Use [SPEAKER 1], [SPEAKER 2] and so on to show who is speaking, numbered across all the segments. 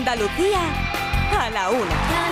[SPEAKER 1] Andalucía a la una.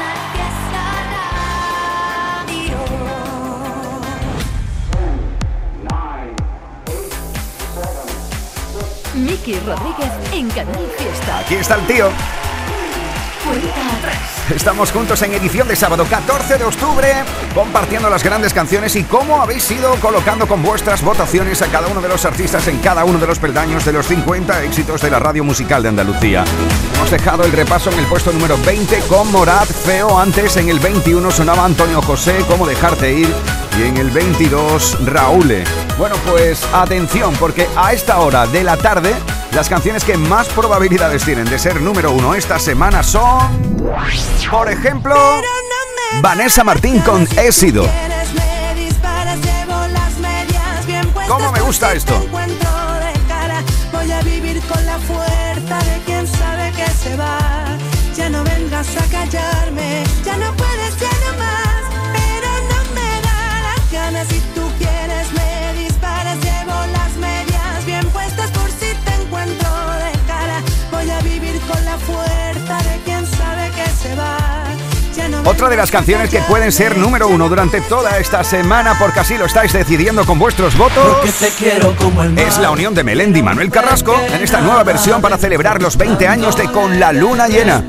[SPEAKER 2] Miki Rodríguez en Canal Fiesta.
[SPEAKER 3] Aquí está el tío.
[SPEAKER 2] Cuenta atrás.
[SPEAKER 3] Estamos juntos en edición de sábado 14 de octubre, compartiendo las grandes canciones y cómo habéis ido colocando con vuestras votaciones a cada uno de los artistas en cada uno de los peldaños de los 50 éxitos de la radio musical de Andalucía. Hemos dejado el repaso en el puesto número 20 con Morat, Feo. Antes en el 21 sonaba Antonio José, Cómo dejarte ir. Y en el 22, Raúl. Bueno, pues atención, porque a esta hora de la tarde las canciones que más probabilidades tienen de ser número uno esta semana son, por ejemplo, Vanessa Martín con He sido. ¿Cómo me gusta esto?
[SPEAKER 4] Voy a vivir con la fuerza de quien sabe que se va. Ya no vengas a callarme, ya no puedes, ya no más. Pero no me da las ganas, si tú quieres me disparas. Llevo las medias bien puestas por si te encuentro de cara. Voy a vivir con la fuerza de quien sabe que se va.
[SPEAKER 3] Otra de las canciones que pueden ser número uno durante toda esta semana, porque así lo estáis decidiendo con vuestros votos, es la unión de Melendi y Manuel Carrasco en esta nueva versión para celebrar los 20 años de Con la luna llena.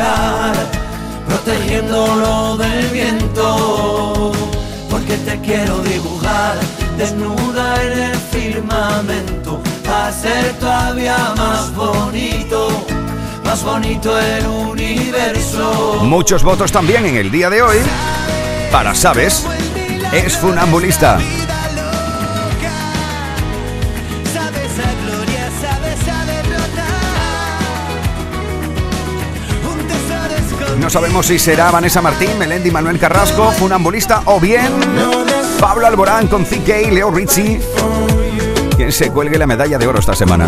[SPEAKER 5] Protegiéndolo del viento, porque te quiero dibujar desnuda en el firmamento, a ser todavía más bonito el universo.
[SPEAKER 3] Muchos votos también en el día de hoy para ¿Sabes? Es funambulista. No sabemos si será Vanessa Martín, Melendi, Manuel Carrasco, funambulista, o bien Pablo Alborán con CK, Leo Ritchie, quien se cuelgue la medalla de oro esta semana.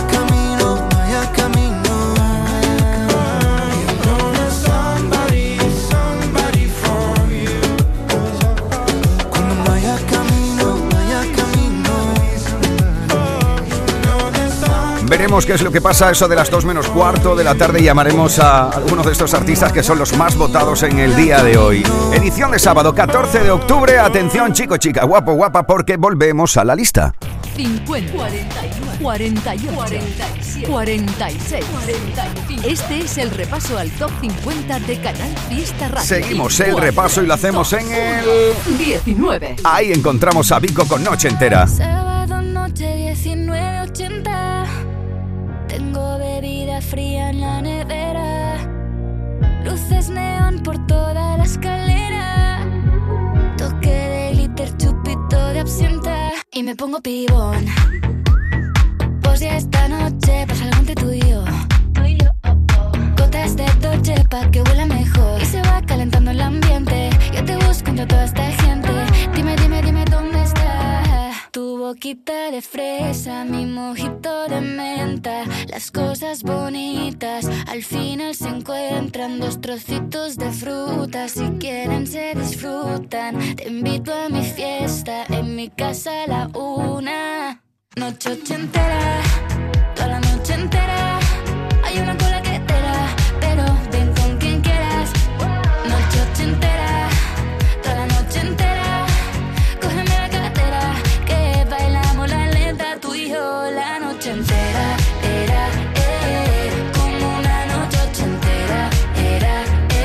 [SPEAKER 3] Veremos qué es lo que pasa a eso de las 2 menos cuarto de la tarde y llamaremos a algunos de estos artistas que son los más votados en el día de hoy. Edición de sábado 14 de octubre. Atención, chico, chica, guapo, guapa, porque volvemos a la lista.
[SPEAKER 2] 50, 41, 48, 47, 46, 45. Este es el repaso al top 50 de Canal Fiesta Radio.
[SPEAKER 3] Seguimos el repaso y lo hacemos en el
[SPEAKER 2] 19.
[SPEAKER 3] Ahí encontramos a Vico con Noche Entera.
[SPEAKER 6] Sábado noche 19:80. Tengo bebida fría en la nevera, luces neón por toda la escalera, toque de glitter, chupito de absenta y me pongo pibón. Pues ya esta noche pasa algo entre tú y yo. Gotas de Dolce pa' que huela mejor y se va calentando el ambiente. Yo te busco entre toda esta gente. Dime, dime, dime dónde está tu boquita de fresa, mi mojito de menta. Las cosas bonitas al final se encuentran, 2 trocitos de fruta, si quieren se disfrutan. Te invito a mi fiesta, en mi casa a la 1. Noche ochentera, toda la noche entera. Hay una cola que te da, pero ven con quien quieras. Noche ochentera, toda la noche entera. Cógeme la cartera, que bailamos la lenta, tú y yo la noche entera. Era, como una noche ochentera. Era,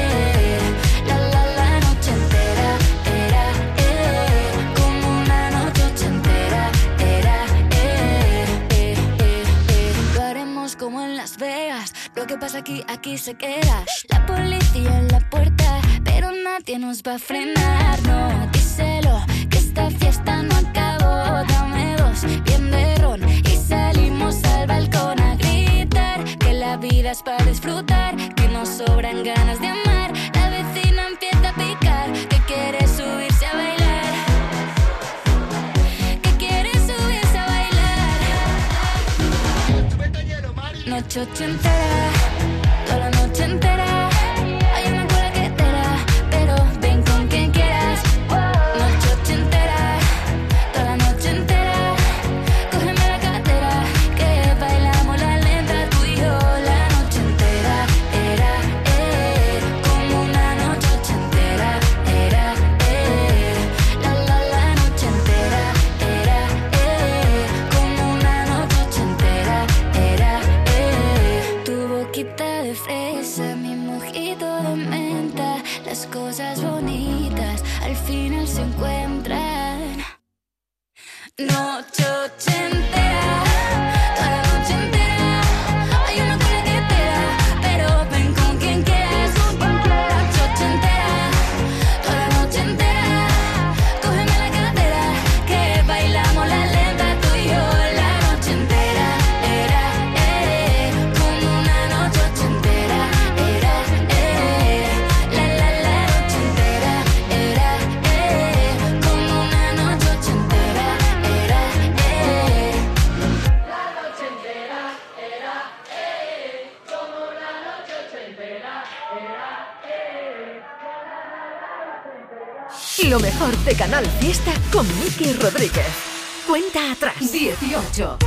[SPEAKER 6] la noche entera. Era, como una noche ochentera. Era, lo haremos como en Las Vegas. Lo que pasa aquí se queda. La policía en la puerta, pero nadie nos va a frenar. No, díselo, que esta fiesta no acabó. Dame 2, bien de ron, y salimos al balcón a gritar que la vida es para disfrutar, que nos sobran ganas de amar. La vecina empieza a picar, que quiere subirse a bailar, que quiere subirse a bailar. Noche ochentera, toda la noche entera. Hay una cola que te da, pero ven con quien quieras. Noche ochentera, toda la noche entera. Cógeme la cartera, que bailamos la lenta, tú y yo la noche entera. Era noche ochentera, toda la noche entera. Hay una cola que espera, pero ven con quien quieras. Noche ochentera, toda la noche entera. Cógeme la cadera, que bailamos la lenta tú y yo. La noche entera era, como una noche ochentera. Era, la noche entera era, como una noche ochentera. Era, la noche entera era, como una noche ochentera.
[SPEAKER 2] Lo mejor de Canal Fiesta con Miki Rodríguez. Cuenta atrás. 18.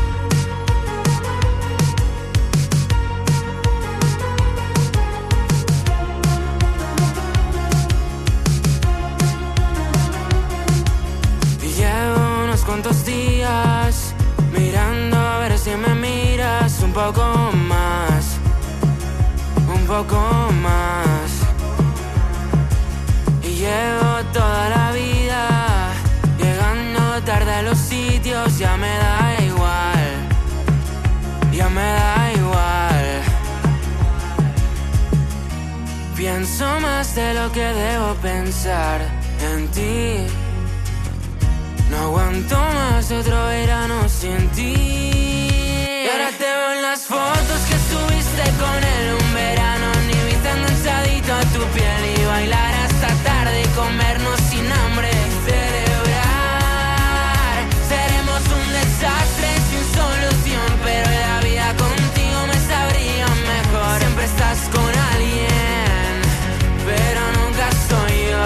[SPEAKER 7] Llevo unos cuantos días mirando a ver si me miras un poco más, un poco más. Y llevo toda la vida llegando tarde a los sitios, ya me da igual, ya me da igual. Pienso más de lo que debo pensar en ti. No aguanto más otro verano sin ti. Y ahora te veo en las fotos que subiste con él un verano. Ni viste enganchadito a tu piel y bailar hasta tarde y comernos sin hambre. Celebrar, seremos un desastre sin solución, pero la vida contigo me sabría mejor. Siempre estás con alguien, pero nunca soy yo.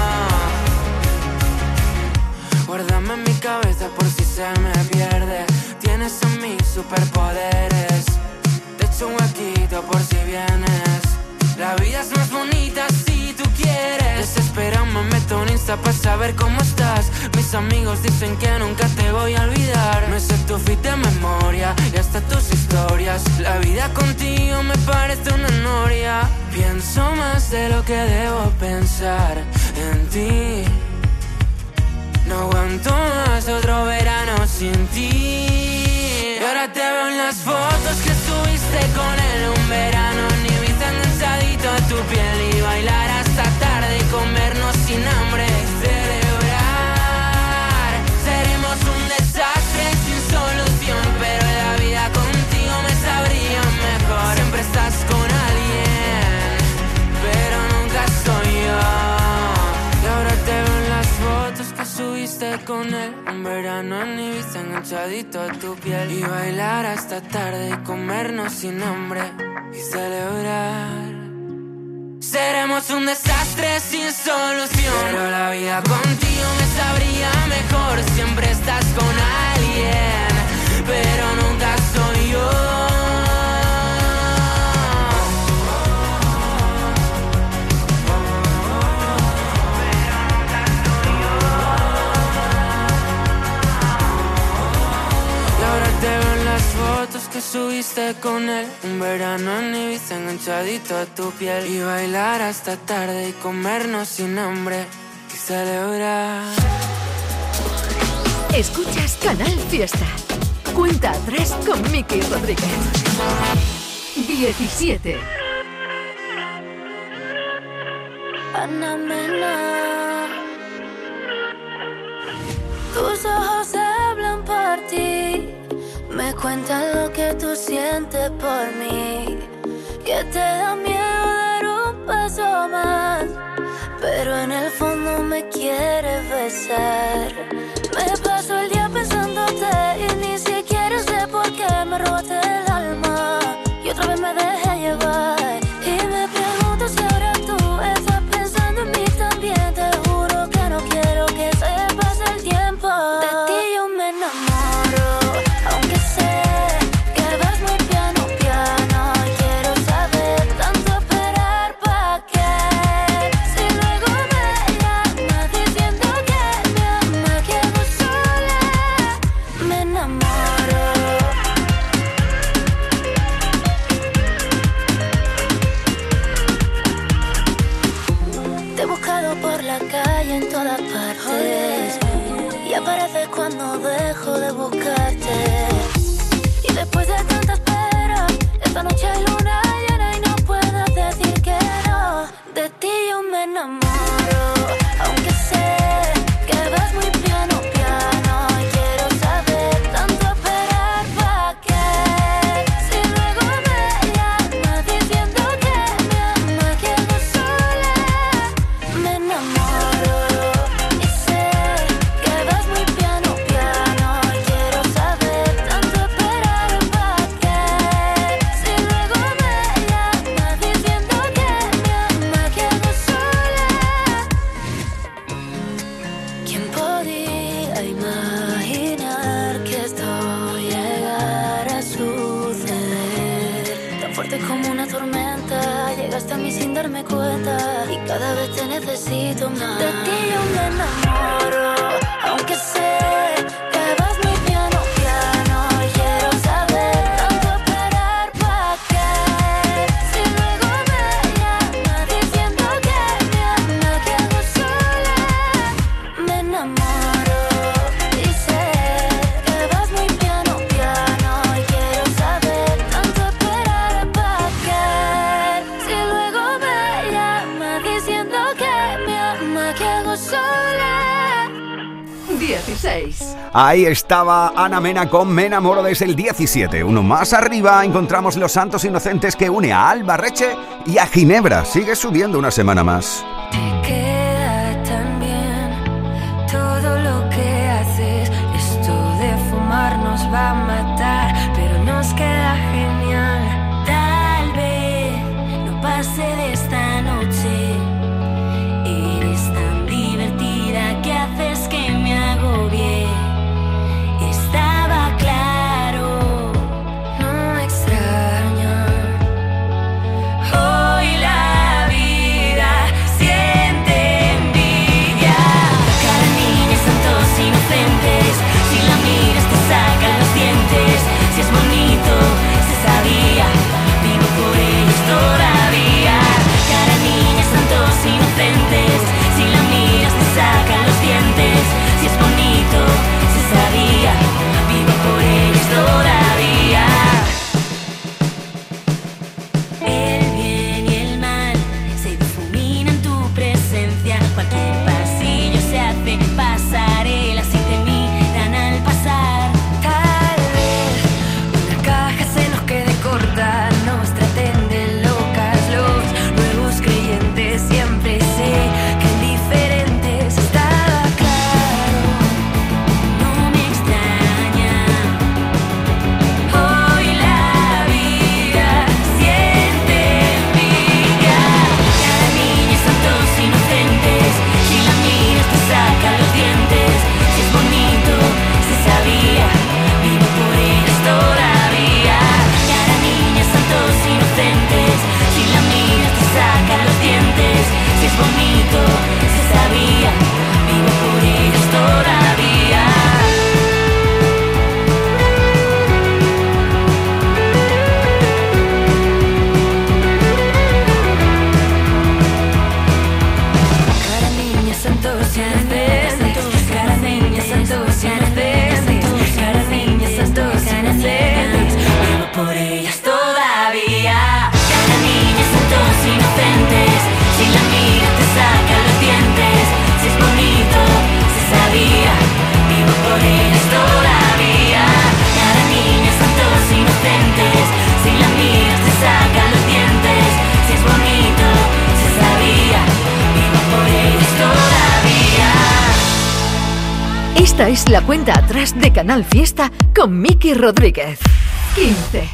[SPEAKER 7] Guárdame en mi cabeza por si se me pierde. Tienes en mí superpoderes. Te echo un huequito por si vienes. La vida es más bonita si tú quieres. Desesperado me meto en Insta para saber cómo estás. Mis amigos dicen que nunca te voy a olvidar. Me sé tu feed de memoria y hasta tus historias. La vida contigo me parece una noria. Pienso más de lo que debo pensar en ti. No aguanto más otro verano sin ti. Y ahora te veo en las fotos que subiste con él un verano. Ni viste enganchadito a tu piel y bailar hasta tarde y comernos sin hambre. Celebrar, seremos un desastre sin solución, pero la vida contigo me sabría mejor. Siempre estás con alguien, pero nunca soy yo. Y ahora te veo en las fotos que subiste con él un verano, ni viste enganchadito a tu piel y bailar hasta tarde y comernos sin hambre y celebrar. Seremos un desastre sin solución, pero la vida contigo me sabría mejor. Siempre estás con alguien, pero nunca soy yo. Te veo en las fotos que subiste con él un verano, ni viste enganchadito a tu piel y bailar hasta tarde y comernos sin hambre y celebrar.
[SPEAKER 2] Escuchas Canal Fiesta. Cuenta atrás con Miki Rodríguez. 17.
[SPEAKER 6] Ana Mena, tus ojos hablan por ti. Me cuentan lo que tú sientes por mí, que te da miedo dar un paso más, pero en el fondo me quieres besar. Me paso el día pensándote y ni siquiera sé por qué me robaste el alma y otra vez me dejé llevar. Y me pregunto si ahora tú estás pensando en mí también. Te juro que no quiero que se pase el tiempo. De ti yo me enamoro. Me cuenta y cada vez te necesito más. De ti yo me enamoro, aunque sé que vas muy piano, piano. Quiero saber tanto esperar pa' qué. Si luego me llama diciendo que me ama, que hago sola. Me enamoro y sé que vas muy piano, piano. Quiero saber tanto esperar pa' qué. Si luego me llama diciendo que me ama, que hago sola.
[SPEAKER 2] 16.
[SPEAKER 3] Ahí estaba Ana Mena con Me enamoro desde el 17. Uno más arriba encontramos Los Santos Inocentes, que une a Alba Reche y a Ginebra. Sigue subiendo una semana más.
[SPEAKER 6] Te queda tan bien todo lo que haces. Esto de fumar nos va a matar, pero nos queda genial. Tal vez no pase de esta noche. Eres tan divertida que haces que me agobie. Estaba claro, no me extraña. Hoy la vida siente envidia. Cada niña santos inocentes. Si la miras te sacan los dientes. Si es bonito, se sabía. Vivo por ellos todavía. Cada niña santos inocentes. Si la miras te sacan los dientes. Si es bonito, se sabía. Vivo por ellos todavía. El bien y el mal se difuminan en tu presencia. Cualquier pasillo se hace pasarela si te miran al pasar. Tal vez una caja se nos quede corta, nos traten de locas los nuevos creyentes. Siempre sé que indiferentes estaba claro, no me extraña. Hoy la vida siente envidia. Cada niña santos inocentes. Si la miras te saca los dientes. Si es bonito, se sabía. Vivo por ellos todavía. Cada niña santos inocentes. Si la miras te saca los dientes. Si es bonito, se sabía. Vivo por ellos todavía. Cada niña santos inocentes. Cada niña santos inocentes. Cada niña santos inocentes. Vivo por ellas todavía. Cada niña santos inocentes. Si la miras te saca los dientes. Si es bonito, se sabía. Vivo por ellas todavía. Cada niña santos inocentes. Si la miras te saca los dientes. Si es bonito, se sabía. Vivo por ellas todavía.
[SPEAKER 2] Esta es la cuenta atrás de Canal Fiesta con Miki Rodríguez. 15.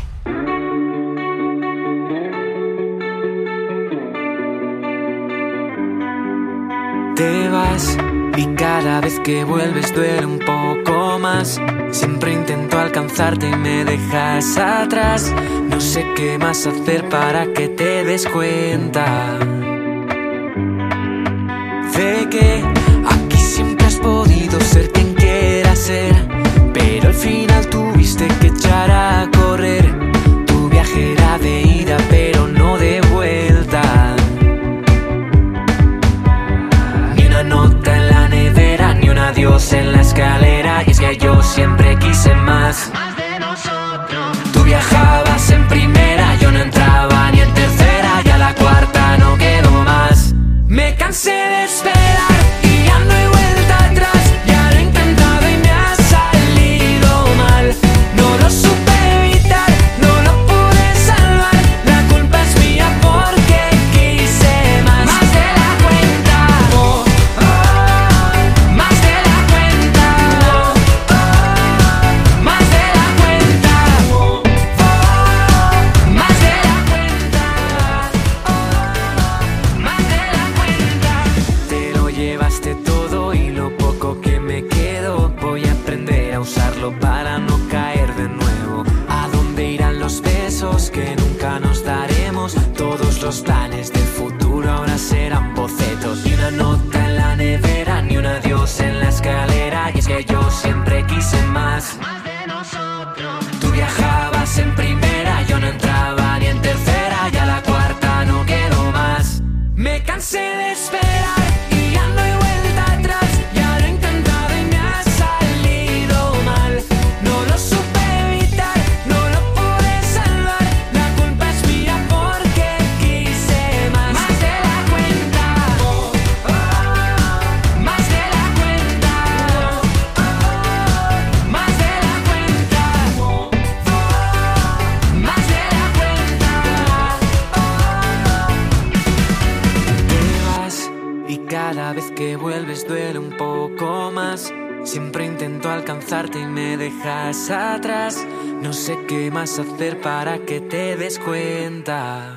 [SPEAKER 7] Te vas y cada vez que vuelves duele un poco más. Siempre intento alcanzarte y me dejas atrás. No sé qué más hacer para que te des cuenta de que aquí siempre has podido ser quien quieras ser, pero al final tuviste que echar a correr. Tu viaje era de ida pero no de vuelta. Ni una nota en la nevera, ni un adiós en la escalera. Y es que yo siempre quise más. Tú viajabas en primera, yo no entraba ni en tercera. Y a la cuarta no quedo más. Me cansé de esperar y ya no hay vuelta atrás. Ya lo he intentado y me ha salido mal. No lo supe evitar, no lo pude salvar. La culpa es mía porque quise más. Más de la cuenta, oh, oh. Más de la cuenta, oh, oh. Más de la cuenta, oh, oh. Más de la cuenta, oh, más de la cuenta. Te lo llevaste todo y lo poco que me quedo voy a aprender a usarlo para no caer de nuevo. ¿A dónde irán los besos que nunca nos daremos? Todos los planes del futuro ahora se
[SPEAKER 5] nota en la nevera, ni un adiós en la escalera. Y es que yo siempre quise más de nosotros. Tú viajabas en primera, yo no entraba ni en tercera, y a la cuarta no quedo más. Me cansé de esperar y ya no hay vuelta atrás. Ya lo he intentado y me ha salido mal. No lo supe evitar, no lo pude salvar. La culpa es mía porque quise más. Más de la cuenta, oh, oh, más de la cuenta, oh, oh, más de la cuenta, oh, oh, más de la cuenta, oh. Te vas y cada vez que vuelves duele un poco más. Siempre intento alcanzarte y me dejas atrás. No sé qué más hacer para que te des cuenta.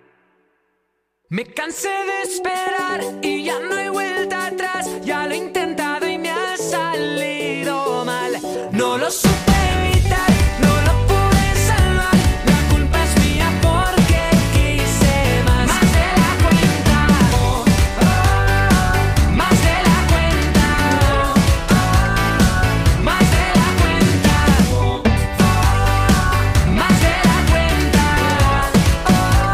[SPEAKER 5] Me cansé de esperar y ya no hay vuelta atrás. Ya lo he intentado y me ha salido mal. No lo supe evitar, no lo pude salvar. La culpa es mía porque quise más. Más de la cuenta, oh, oh, más de la cuenta, oh, oh, más de la cuenta, oh, oh, más de la cuenta, oh,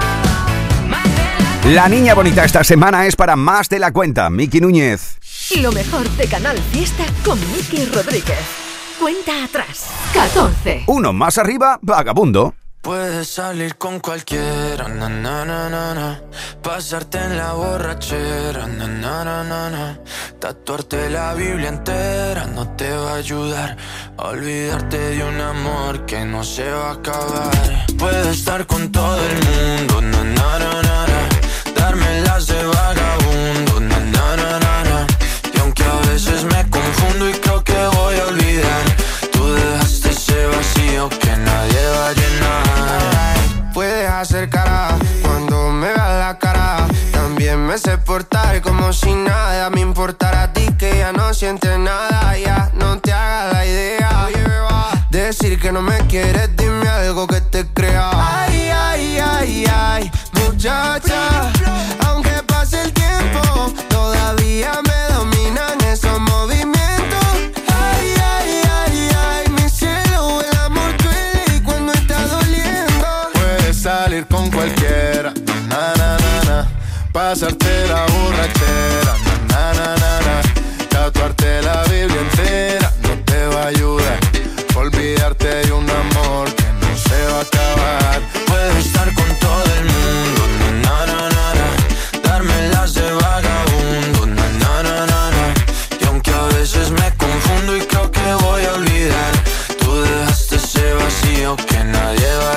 [SPEAKER 5] oh, más de la cuenta.
[SPEAKER 3] La niña bonita esta semana es para Más de la Cuenta, Miki Núñez.
[SPEAKER 2] Lo mejor de Canal Fiesta con Miki Rodríguez. Cuenta atrás. 14.
[SPEAKER 3] Uno más arriba, Vagabundo.
[SPEAKER 7] Puedes salir con cualquiera, na, na, na, na, na. Pasarte en la borrachera, na, na, na, na, na. Tatuarte la Biblia entera no te va a ayudar a olvidarte de un amor que no se va a acabar. Puedes estar con todo el mundo, na, na, na, na, na. Darme las de vagabundo, na, na, na, na, na. Y aunque a veces me confundo y creo que voy a olvidar, tú dejaste ese vacío que nadie va a llenar.
[SPEAKER 8] Puedes hacer cara cuando me veas la cara. También me sé portar como si nada me importara a ti, que ya no sientes nada. Ya no te hagas la idea. Decir que no me quieres, dime algo que te crea. Ay, ay, ay, ay, muchacha. Aunque pase el tiempo, todavía me dominan esos movimientos. Ay, ay, ay, ay, mi cielo, el amor duele y cuando está doliendo.
[SPEAKER 9] Puedes salir con cualquiera, na, na, na, na. Pasarte la borrachera, na, na, na, na. Tatuarte la Biblia entera no te va a ayudar. Olvidarte de un amor que no se va a acabar.
[SPEAKER 7] Puedes estar con todo el mundo, na, na, na, na. Darme las de vagabundo, na, na, na, na, na. Y aunque a veces me confundo y creo que voy a olvidar, tú dejaste ese vacío que nadie va a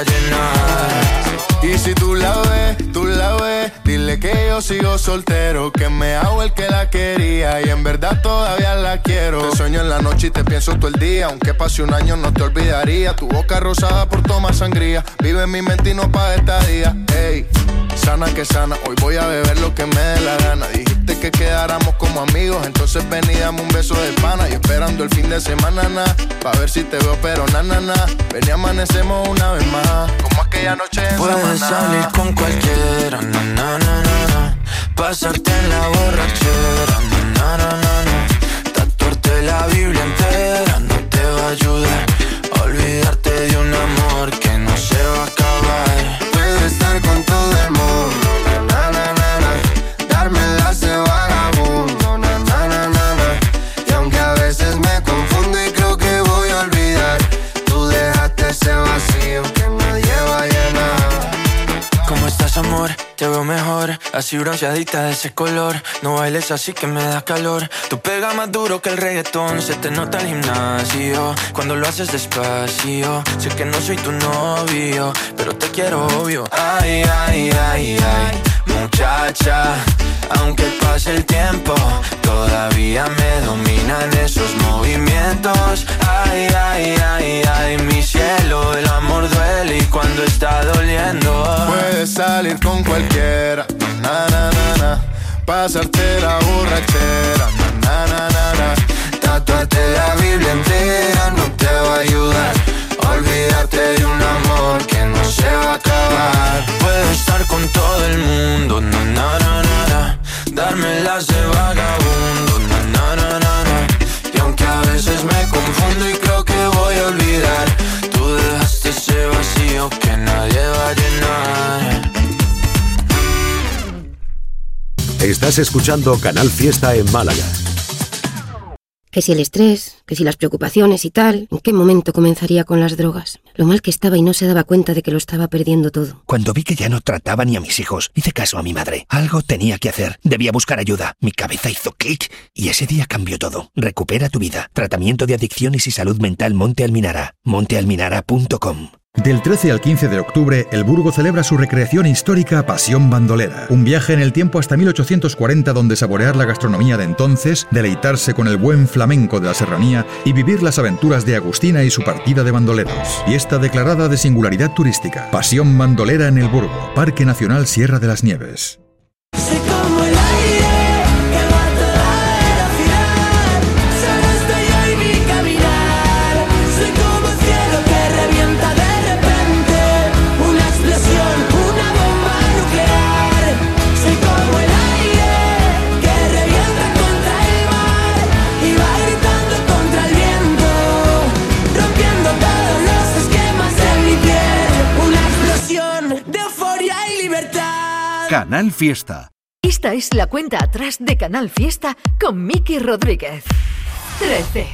[SPEAKER 7] llenar.
[SPEAKER 9] Y si tú la ves, dile que yo sigo soltero, que me hago el que la quería y en verdad todavía la quiero. Te sueño en la noche y te pienso todo el día, aunque pase un año no te olvidaría. Tu boca rosada por tomar sangría, vive en mi mente y no pa' estadía. Ey, sana que sana, hoy voy a beber lo que me dé la gana. Dijiste que quedáramos como amigos, entonces ven y dame un beso de pana. Y esperando el fin de semana, pa' ver si te veo, pero na, na, na. Ven y amanecemos una vez más, como aquella noche en
[SPEAKER 7] Puedes
[SPEAKER 9] Samaná.
[SPEAKER 7] salir con cualquiera, na, na, na, na, na. Pasarte en la borrachera, na, na, na, na. Tatuarte la Biblia entera no te va a ayudar a olvidarte de un amor que no se va a acabar.
[SPEAKER 8] Puedes estar con todo el mundo, na, na, na, na. Darme las de vagabundo, na, na, na, na, na. Y aunque a veces me confundo y creo que voy a olvidar, tú dejaste ese vacío que nadie va a llenar.
[SPEAKER 7] ¿Cómo estás, amor? Te veo mejor, así bronceadita de ese color. No bailes así que me da calor. Tu pega más duro que el reggaetón. Se te nota el gimnasio cuando lo haces despacio. Sé que no soy tu novio, pero te quiero obvio. Ay, ay, ay, ay, muchacha. Aunque pase el tiempo, todavía me dominan esos movimientos. Ay, ay, ay, ay, mi cielo, el amor duele y cuando está doliendo.
[SPEAKER 9] Puedes salir con cualquiera, na, na, na, na. Pasarte la borrachera, na, na, na, na.
[SPEAKER 8] Tatuarte la Biblia entera no te va a ayudar a olvidarte de un amor que no se va a acabar.
[SPEAKER 7] Puedo estar con todo el mundo, na, na, na, na, na. Darme las de
[SPEAKER 10] Estás escuchando Canal Fiesta en Málaga.
[SPEAKER 11] Que si el estrés, que si las preocupaciones y tal, ¿en qué momento comenzaría con las drogas? Lo mal que estaba y no se daba cuenta de que lo estaba perdiendo todo.
[SPEAKER 12] Cuando vi que ya no trataba ni a mis hijos, hice caso a mi madre. Algo tenía que hacer. Debía buscar ayuda. Mi cabeza hizo clic y ese día cambió todo. Recupera tu vida. Tratamiento de adicciones y salud mental Monte Alminara. montealminara.com.
[SPEAKER 13] Del 13 al 15 de octubre, el Burgo celebra su recreación histórica Pasión Bandolera. Un viaje en el tiempo hasta 1840 donde saborear la gastronomía de entonces, deleitarse con el buen flamenco de la serranía y vivir las aventuras de Agustina y su partida de bandoleros. Fiesta declarada de singularidad turística. Pasión Bandolera en el Burgo, Parque Nacional Sierra de las Nieves.
[SPEAKER 14] Canal Fiesta.
[SPEAKER 2] Esta es la cuenta atrás de Canal Fiesta con Miki Rodríguez. 13.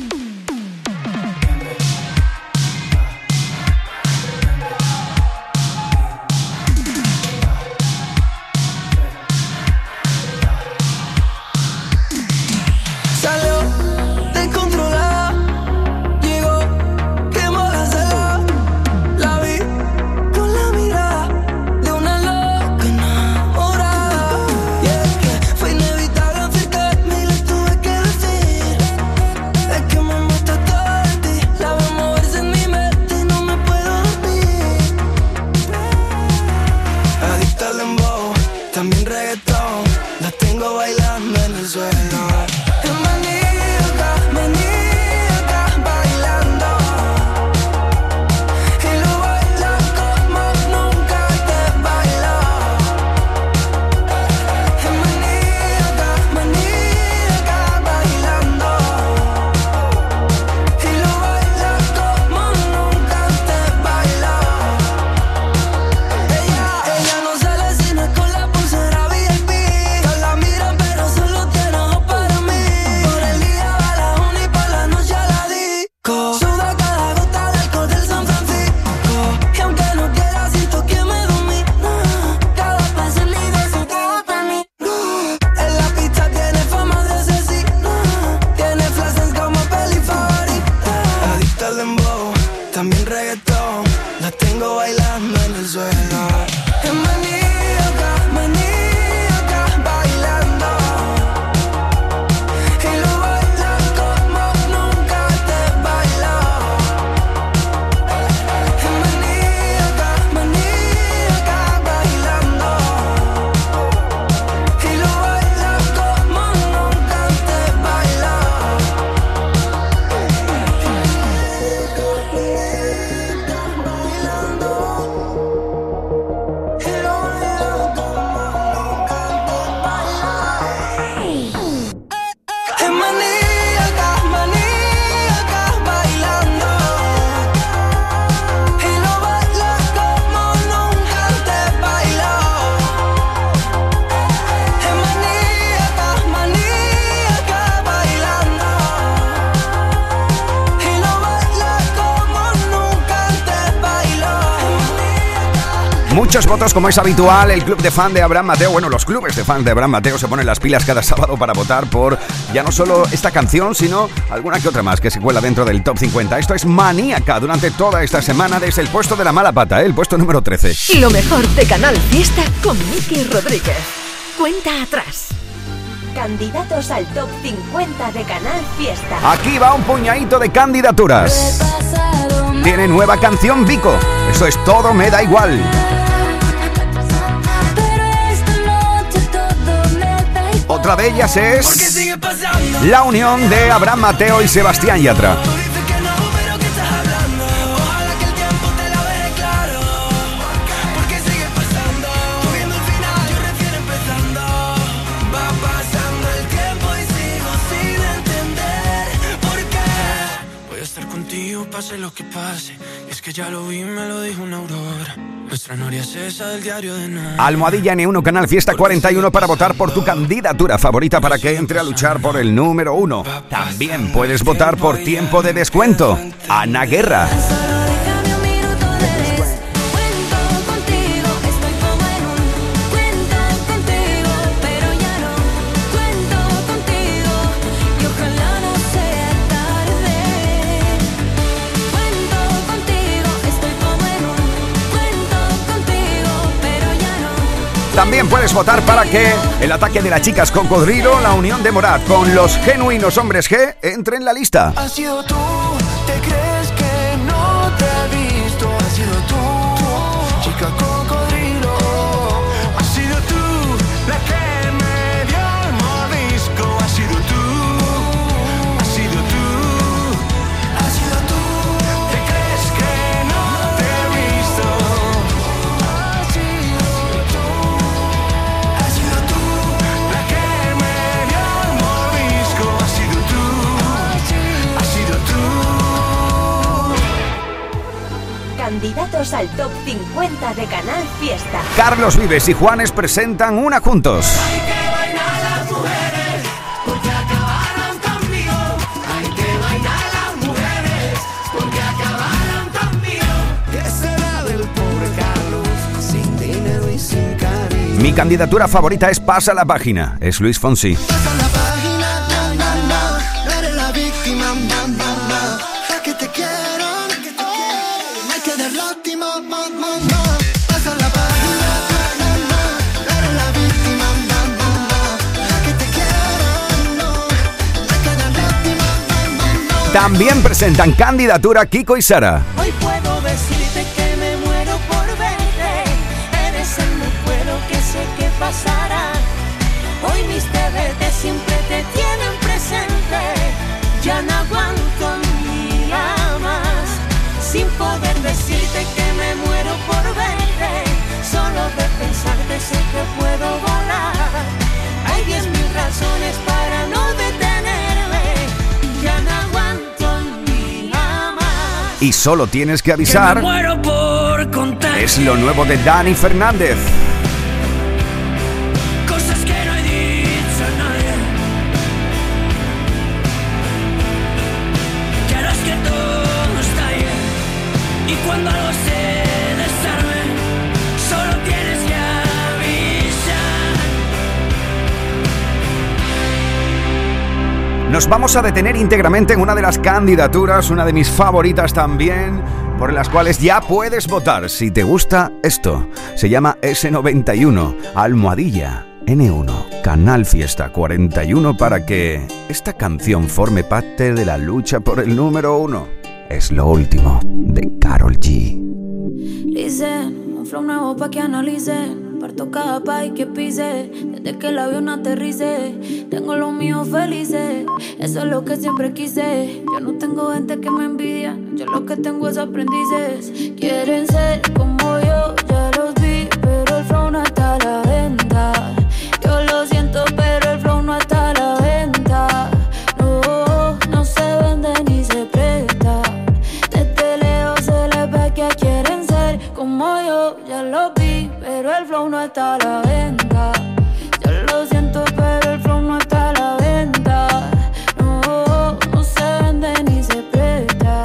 [SPEAKER 3] Muchos votos, como es habitual. El club de fan de Abraham Mateo, bueno, los clubes de fans de Abraham Mateo se ponen las pilas cada sábado para votar por ya no solo esta canción, sino alguna que otra más que se cuela dentro del Top 50. Esto es Maníaca durante toda esta semana desde el puesto de la mala pata, el puesto número 13.
[SPEAKER 2] Lo mejor de Canal Fiesta con Miki Rodríguez. Cuenta atrás.
[SPEAKER 1] Candidatos al Top 50 de Canal Fiesta.
[SPEAKER 3] Aquí va un puñadito de candidaturas. Tiene nueva canción Vico. Esto es Todo me da igual. Otra de ellas es la unión de Abraham Mateo y Sebastián Yatra.
[SPEAKER 7] que pase. Y es que ya lo vi, me lo dijo una aurora. Nuestra noria es esa del diario de nada.
[SPEAKER 3] Almohadilla N1 Canal Fiesta 41 para votar por tu candidatura favorita para que entre a luchar por el número 1. También puedes votar por tiempo de descuento. Ana Guerra. También puedes votar para que el ataque de las chicas Cocodrilo, la unión de Morat con los genuinos hombres G entre en la lista.
[SPEAKER 8] Has sido tú, te crees que no te he visto. Has sido tú, chica Cocodrilo. Has sido tú, la que me dio el mordisco. Has sido tú, has sido tú, has sido tú. Te crees que no te he visto. Has sido tú, has sido tú, la que me dio el mordisco. Has sido tú, has sido tú.
[SPEAKER 1] Candidatos al Top 50 de Canal Fiesta.
[SPEAKER 3] Carlos Vives y Juanes presentan Una juntos.
[SPEAKER 8] Hay que bailar las mujeres, porque acabaron conmigo. Hay que bailar las mujeres, porque acabaron conmigo. ¿Qué será del pobre Carlos, sin dinero y sin cariño?
[SPEAKER 3] Mi candidatura favorita es Pasa la página. Es Luis Fonsi.
[SPEAKER 8] Pasa la página, na, na, na. No eres la víctima, na, na, na. La que te quiero, no hay que dar lástima, ma, ma, ma. Pasa la página, na, na, na. No eres la víctima, na, na, na. La que te quiero, no hay que dar lástima, ma, ma, ma.
[SPEAKER 3] También presentan candidatura Kiko y Sara.
[SPEAKER 4] Hoy puedo decirte que me muero por verte. Eres el recuerdo que sé que pasará. Hoy mis TVT siempre te tienen presente. Ya no aguanto un día más sin poder decirte que me muero por verte. Solo de pensarte sé que puedo volar. Hay 10.000 razones para no detenerme. Ya no aguanto un día más.
[SPEAKER 3] Y solo tienes que avisar.
[SPEAKER 4] Que me muero por contar.
[SPEAKER 3] Es lo nuevo de Dani Fernández.
[SPEAKER 4] Cosas que no he dicho a nadie. Que harás que todo estalle. Y cuando algo se desarme, solo tienes que avisar.
[SPEAKER 3] Nos vamos a detener íntegramente en una de las candidaturas, una de mis favoritas también, por las cuales ya puedes votar si te gusta esto. Se llama S91, Almohadilla N1, Canal Fiesta 41 para que esta canción forme parte de la lucha por el número 1. Es lo último de Karol G.
[SPEAKER 15] Dicen, un flow nuevo pa' que analicen. Parto cada país que pise. Desde que el avión aterrice, tengo los míos felices. Eso es lo que siempre quise. Yo no tengo gente que me envidia. Yo lo que tengo es aprendices. Quieren ser como yo, ya los vi, pero el flow no está a la venta. Yo lo siento, pero el flow no está a la venta. No, no se vende ni se presta. Desde lejos se les ve que quieren ser como yo, ya lo vi, pero el flow no está a la venta. Yo lo siento, pero el flow no está a la venta. No, no se vende ni se presta.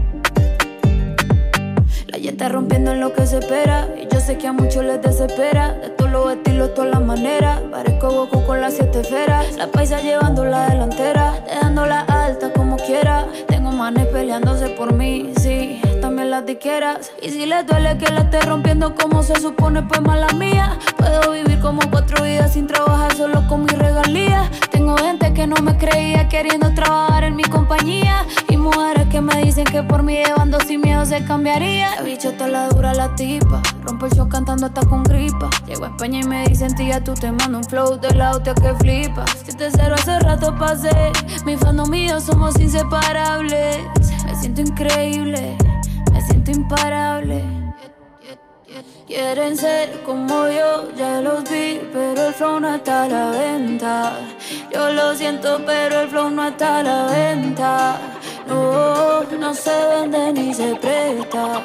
[SPEAKER 15] La ya está rompiendo en lo que se espera. Y yo sé que a muchos les desespera. De todos los estilos, todas las maneras. Parezco Goku con las 7 esferas. La paisa llevando la delantera, dejándola alta como quiera. Tengo manes peleándose por mí, sí, también las diqueras. Y si les duele que la esté rompiendo como se supone, pues mala mía. Puedo vivir como 4 vidas sin trabajar, solo con mis regalías. Tengo gente que no me creía queriendo trabajar en mi compañía. Y mujeres que me dicen que por mí llevando sin miedo se cambiaría. La bichota la dura la tipa, rompo el show cantando hasta con gripa. Llego a España y me dicen tía, tú te mando un flow del auto que flipa. 7-0 hace rato pasé, mi fandom mío somos inseparables. Me siento increíble, me siento imparable. Quieren ser como yo, ya los vi, pero el flow no está a la venta. Yo lo siento, pero el flow no está a la venta. No, no se vende ni se presta.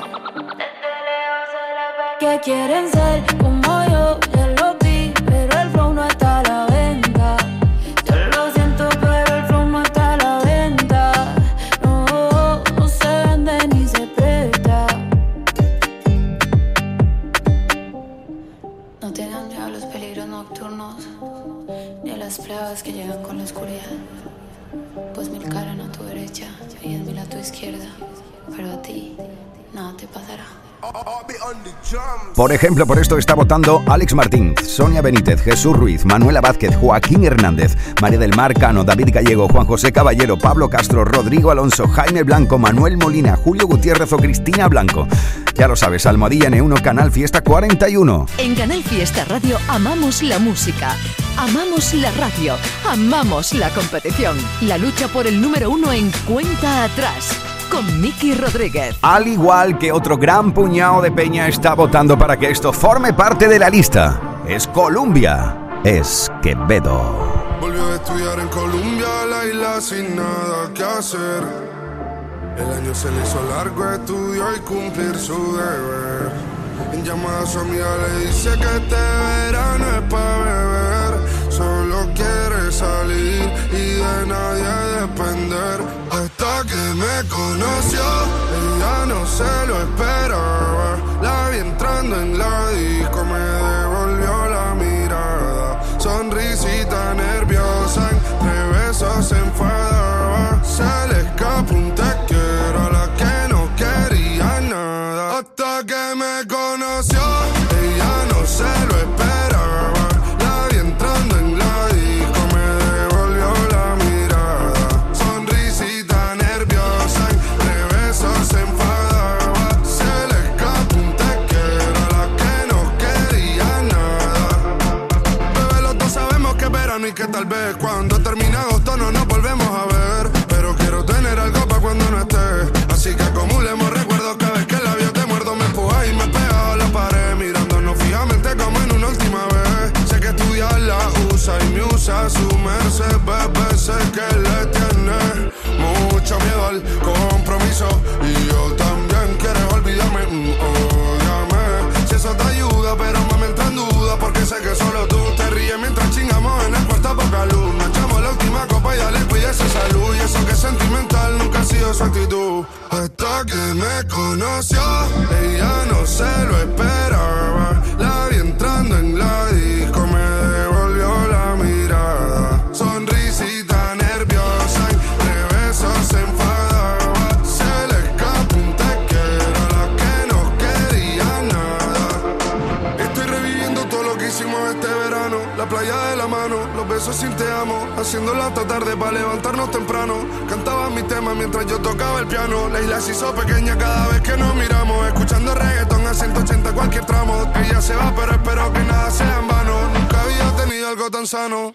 [SPEAKER 15] Que quieren ser como yo, ya lo vi, pero el flow no está a la venta. Yo lo siento, pero el flow no está a la venta. No, no se vende ni se presta. No tienen miedo a los peligros nocturnos, ni a las pruebas que llegan con la oscuridad. Pues 1000 caran a tu derecha y 10.000 a tu izquierda, pero a ti nada te pasará.
[SPEAKER 3] Por ejemplo, por esto está votando Alex Martín, Sonia Benítez, Jesús Ruiz, Manuela Vázquez, Joaquín Hernández, María del Mar Cano, David Gallego, Juan José Caballero, Pablo Castro, Rodrigo Alonso, Jaime Blanco, Manuel Molina, Julio Gutiérrez o Cristina Blanco. Ya lo sabes, Almohadilla N1, Canal Fiesta 41.
[SPEAKER 2] En Canal Fiesta Radio amamos la música, amamos la radio, amamos la competición. La lucha por el número 1 en Cuenta Atrás, con Miki Rodríguez.
[SPEAKER 3] Al igual que otro gran puñado de peña está votando para que esto forme parte de la lista. Es Colombia, es Quevedo.
[SPEAKER 9] Volvió a estudiar en Colombia, la isla sin nada que hacer. El año se le hizo largo, estudió y cumplir su deber. En llamada a su amiga le dice que este verano es pa' beber. Solo quiere salir y de nadie depender. Hasta que me conoció, ella no se lo esperaba. La vi entrando en la disco, me devolvió la mirada. Sonrisita nerviosa, entre besos se enfadaba. Se le escapó un te quiero a la que no quería nada. Hasta que me conoció, ella no se lo esperaba. La vi entrando en la disco, me devolvió la mirada. Sonrisita nerviosa, entre besos se enfadaba. Se le escapó un te quiero a la que no quería nada. Bebé, los dos sabemos que es verano y que tal vez cuando termine agosto no nos volvemos a ver. Pero quiero tener algo pa' cuando no estés. Así que acumulemos recuerdos, cada vez que el labio te muerdo me empuja y me pega a la pared, mirándonos fijamente como en una última vez. Sé que estudiar la usa y me usa su merced, bebé, sé que le tiene mucho miedo al compromiso. Y yo también quiero olvidarme, óyame. Si eso te ayuda, pero me entra en duda, porque sé que solo tú te ríes mientras chingamos en el cuarto a poca luz. Nos echamos la última copa y dale, cuídese salud. Y eso que es sentimental nunca ha sido su actitud. Hasta que me conoció, ella no se lo esperaba. La vi entrando en la disco, me devolvió la mirada. Sonrisita nerviosa, entre besos se enfadaba. Se le escapó un te quiero a la que no quería nada. Estoy reviviendo todo lo que hicimos este verano. La playa de la mano, los besos sin te amo. Haciéndolo hasta tarde para levantarnos temprano. Cantaba mi tema mientras yo tocaba el piano. La isla se hizo pequeña cada vez que nos miramos. Escuchando reggaetón a 180 cualquier tramo. Ella se va pero espero que nada sea en vano. Nunca había tenido algo tan sano.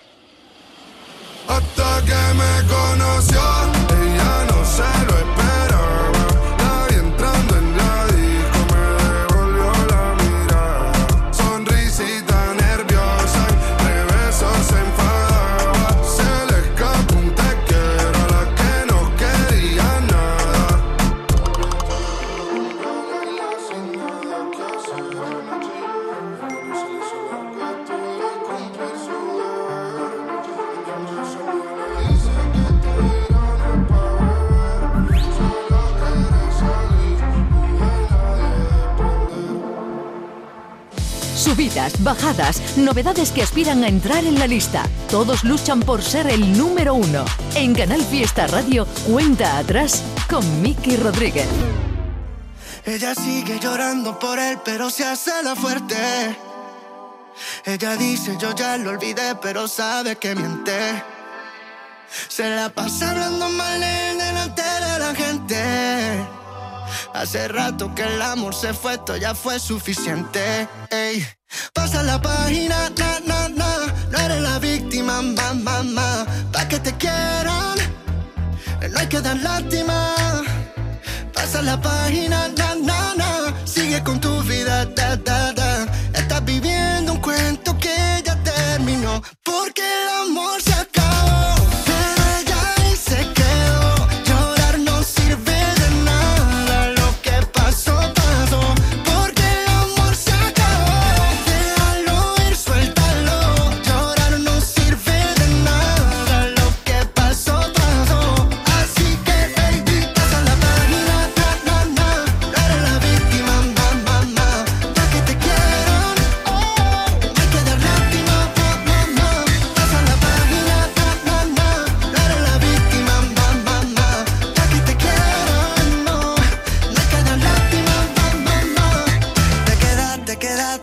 [SPEAKER 9] Hasta que me conoció, ella no se lo esperaba. La vi entrando en la disco, me devolvió la mirada. Sonrisita nerviosa, entre besos se enfadaba. Se le escapó un te quiero a la que no quería nada.
[SPEAKER 2] Subidas, bajadas, novedades que aspiran a entrar en la lista. Todos luchan por ser el número 1. En Canal Fiesta Radio, Cuenta Atrás con Miki Rodríguez.
[SPEAKER 16] Ella sigue llorando por él, pero se hace la fuerte. Ella dice yo ya lo olvidé, pero sabe que miente. Se la pasa hablando mal de él delante de la gente. Hace rato que el amor se fue, esto ya fue suficiente. Ey. Pasa la página, no eres la víctima, mamá. Pa' que te quieran, no hay que dar lástima. Pasa la página, sigue con tu vida, Estás viviendo un cuento que ya terminó, porque el amor se acabó. Pero ella ahí se quedó, llorando.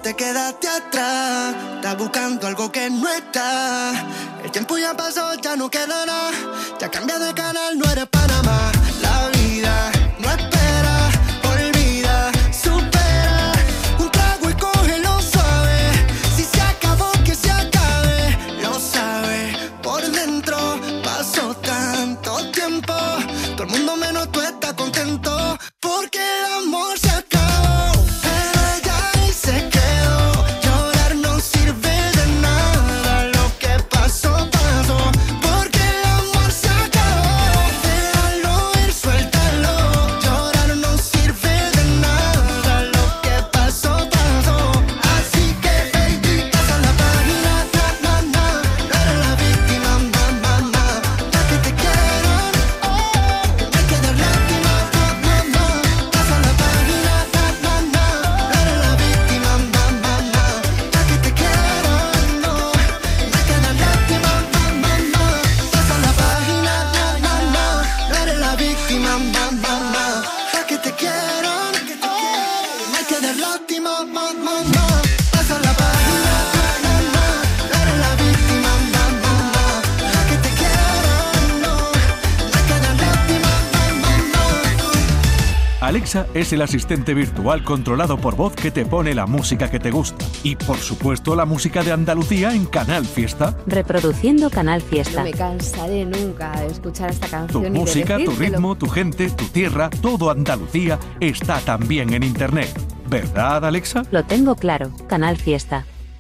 [SPEAKER 16] te quedaste atrás. Estás buscando algo que no está. El tiempo ya pasó, ya no queda nada. Ya cambias de canal, no eres Panamá. La vida no espera, olvida, supera. Un trago y cógelo suave. Si se acabó, que se acabe. Lo sabes, por dentro pasó tanto tiempo. Todo el mundo menos tú estás contento. Porque el amor se acabó. Pero ella ahí se quedó. Llorar no sirve de nada. Lo que pasó, pasó. Porque el amor se acabó. Déjalo ir, suéltalo. Llorar no sirve de nada. Lo que pasó, pasó. Así que, baby, pasa la página. Na, na, na. No eres la víctima, ma, ma, ma. Pa' que te quieran, oh, no hay que dar lástima, ma, ma, ma. Pasa la página, na, na, na. No eres la víctima, ma, ma, ma. Pa' que te quieran, no, no hay que dar lástima, ma, ma, ma. Pasa la página, na, na, na. No eres la víctima, ma, ma, ma. Pa' que te quieran, oh, no hay que dar lástima, ma, ma, ma. Pasa la página, na, na, na. No eres la víctima, ma, ma, ma. Pa' que te quieran, no, no hay que dar lástima, ma, ma, ma.
[SPEAKER 14] Alexa es el asistente virtual controlado por voz que te pone la música que te gusta. Y por supuesto la música de Andalucía en Canal Fiesta.
[SPEAKER 17] Reproduciendo Canal Fiesta.
[SPEAKER 18] No me cansaré nunca de escuchar esta
[SPEAKER 14] Tu
[SPEAKER 18] canción y de
[SPEAKER 14] música, tu
[SPEAKER 18] decírtelo.
[SPEAKER 14] ritmo, tu gente, tu tierra, todo Andalucía está también en Internet. ¿Verdad, Alexa?
[SPEAKER 17] Lo tengo claro. Canal Fiesta.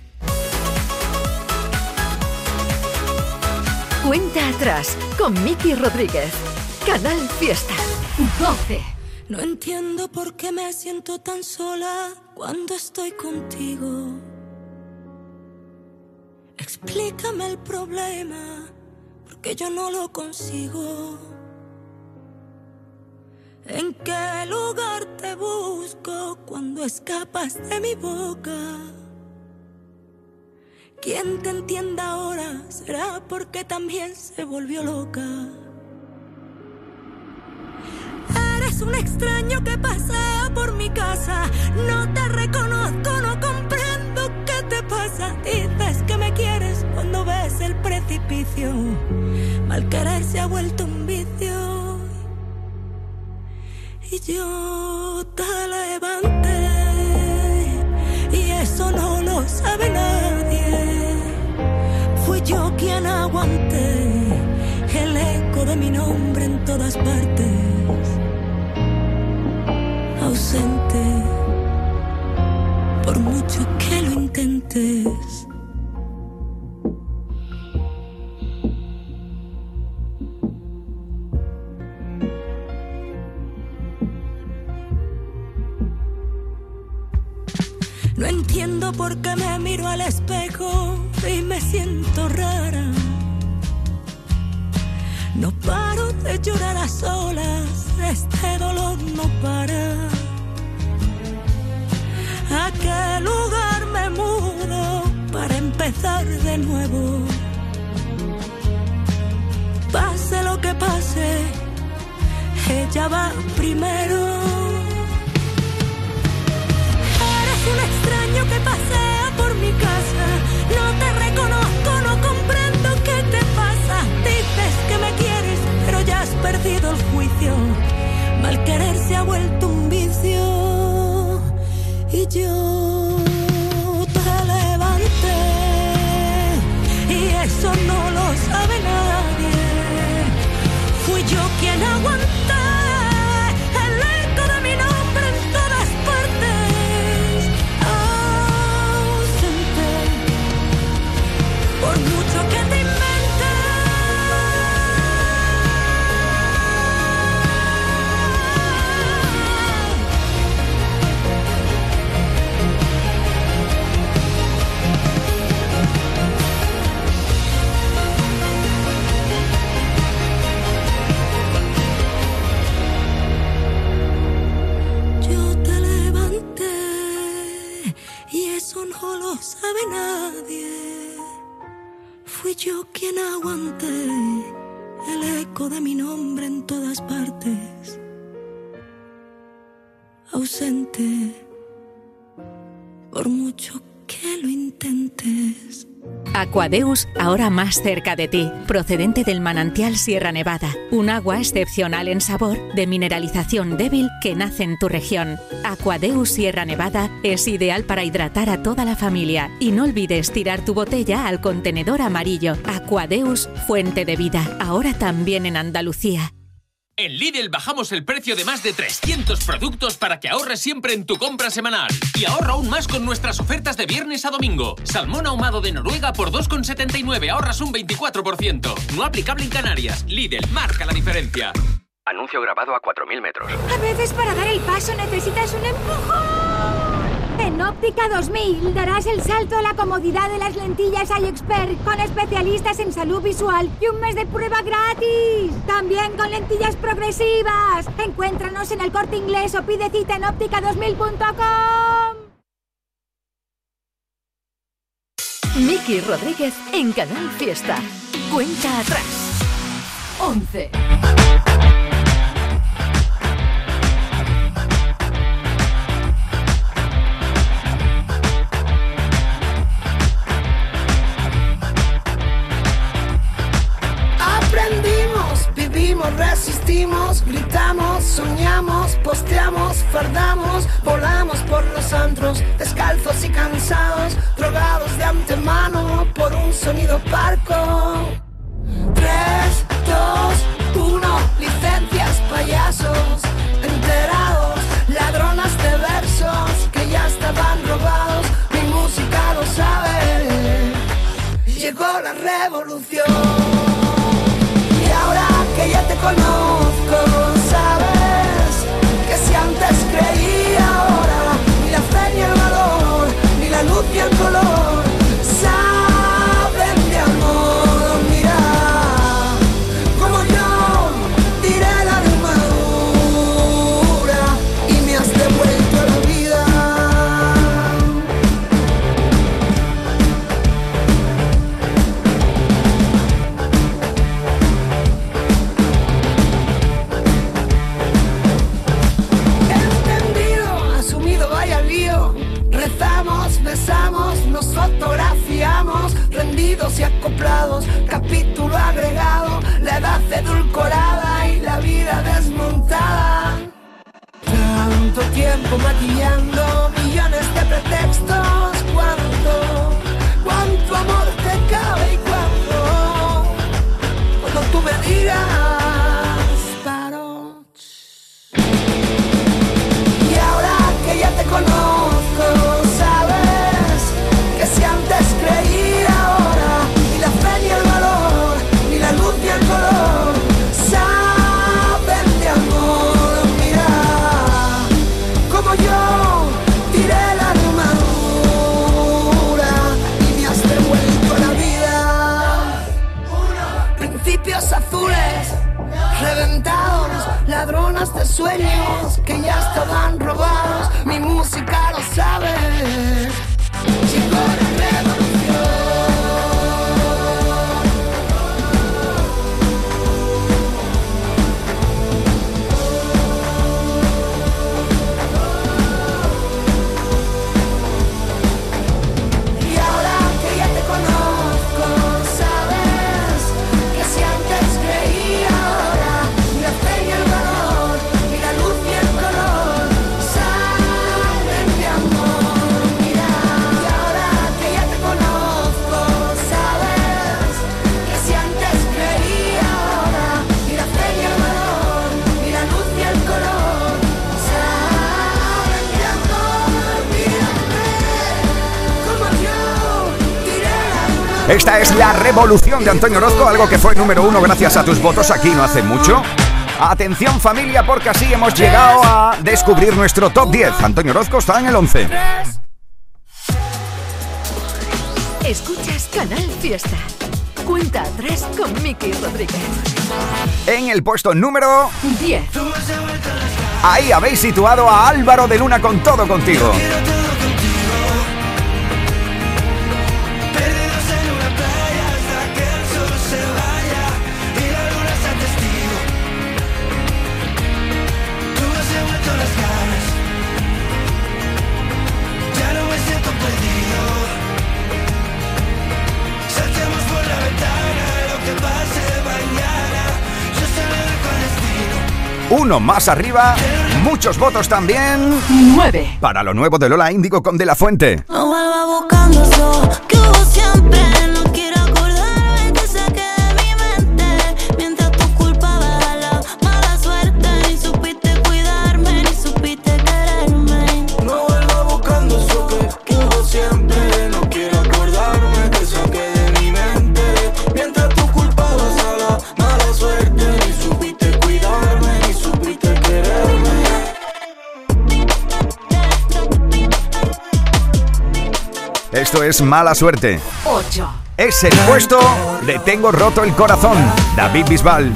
[SPEAKER 2] Cuenta atrás con Miki Rodríguez. Canal Fiesta. 12.
[SPEAKER 15] No entiendo por qué me siento tan sola cuando estoy contigo. Explícame el problema, porque yo no lo consigo. ¿En qué lugar te busco cuando escapas de mi boca? Quien te entienda ahora será porque también se volvió loca. Eres un extraño que pasea por mi casa. No te reconozco, no comprendo qué te pasa. Dices que me quieres cuando ves el precipicio. Mal querer se ha vuelto un vicio. Y yo te levanté, y eso no lo sabe nadie. Fui yo quien aguanté el eco de mi nombre en todas partes. Ausente, por mucho que lo intentes. No entiendo por qué me miro al espejo y me siento rara. No paro de llorar a solas, este dolor no para. ¿A qué lugar me mudo para empezar de nuevo? Pase lo que pase, ella va primero. Eres un extraño que pasea por mi casa. No te reconozco, no comprendo qué te pasa. Dices que me quieres, pero ya has perdido el juicio. Mal querer se ha vuelto un vicio. Y yo te levanté, y eso no lo sabe nadie. Fui yo quien aguanté el eco de mi nombre en todas partes. Ausente, por mucho que te no lo sabe nadie. Fui yo quien aguanté el eco de mi nombre en todas partes. Ausente,
[SPEAKER 4] por mucho que lo intentes.
[SPEAKER 19] Aquadeus, ahora más cerca de ti, procedente del manantial Sierra Nevada, un agua excepcional en sabor, de mineralización débil que nace en tu región. Aquadeus Sierra Nevada es ideal para hidratar a toda la familia y no olvides tirar tu botella al contenedor amarillo. Aquadeus, fuente de vida, ahora también en Andalucía.
[SPEAKER 20] En Lidl bajamos el precio de más de 300 productos para que ahorres siempre en tu compra semanal. Y ahorra aún más con nuestras ofertas de viernes a domingo. Salmón ahumado de Noruega por 2,79, ahorras un 24%. No aplicable en Canarias. Lidl, marca la diferencia.
[SPEAKER 21] Anuncio grabado a 4.000 metros.
[SPEAKER 22] A veces para dar el paso necesitas un empujón. En Óptica 2000 darás el salto a la comodidad de las lentillas iExpert con especialistas en salud visual y un mes de prueba gratis. También con lentillas progresivas. Encuéntranos en el Corte Inglés o pide cita en óptica2000.com.
[SPEAKER 2] Miki Rodríguez en Canal Fiesta. Cuenta atrás. 11.
[SPEAKER 16] Resistimos, gritamos, soñamos, posteamos, fardamos, volamos por los antros, descalzos y cansados, drogados de antemano por un sonido parco. 3, 2, 1, licencias, payasos, enterados, ladronas de versos que ya estaban robados, mi música lo sabe, llegó la revolución. Y ahora que ya te conozco, sabes que si antes creía ahora, ni la fe ni el valor, ni la luz ni el color, saben de amor, mira, como yo tiré la armadura y me has devuelto a la vida. Besamos, nos fotografiamos, rendidos y acoplados, capítulo agregado, la edad edulcorada y la vida desmontada. Tanto tiempo maquillando millones de pretextos, cuánto amor te cabe y cuando tú me digas paro. Y ahora que ya te conozco, si antes creía ahora, ni la fe ni el valor, ni la luz ni el color, saben de amor, mira, como yo tiré la armadura y me has devuelto a la vida. Principios azules, reventados, ladronas de sueños que ya estaban robados, mi música lo sabe. Llegó la y ahora que ya te conozco, sabes que si antes creía ahora, ni la fe ni el valor, ni la luz ni el color, saben de amor, mira.
[SPEAKER 3] Esta es la revolución de Antonio Orozco, algo que fue número 1 gracias a tus votos aquí no hace mucho. Atención familia, porque así hemos llegado a descubrir nuestro top 10. Antonio Orozco está en el 11.
[SPEAKER 2] Escuchas Canal Fiesta. Cuenta atrás con Miki Rodríguez.
[SPEAKER 3] En el puesto número
[SPEAKER 2] 10.
[SPEAKER 3] Ahí habéis situado a Álvaro de Luna con Todo Contigo.
[SPEAKER 16] Las ganas, ya no me siento
[SPEAKER 3] uno más arriba, muchos votos también.
[SPEAKER 2] 9.
[SPEAKER 3] Para lo nuevo de Lola Índigo con De La Fuente.
[SPEAKER 4] No vuelva buscando eso que hubo siempre. No quiero acordarme que se quede en mi mente. Mientras tú culpabas a la mala suerte. Ni supiste cuidarme, ni supiste quererme.
[SPEAKER 8] No vuelva buscando eso que hubo siempre. No quiero acordarme que se quede en mi mente. Mientras tú culpabas a la mala suerte. Ni supiste cuidarme, ni supiste quererme.
[SPEAKER 3] Esto es Mala Suerte.
[SPEAKER 2] 8.
[SPEAKER 3] Es el puesto de Tengo roto el corazón, David Bisbal.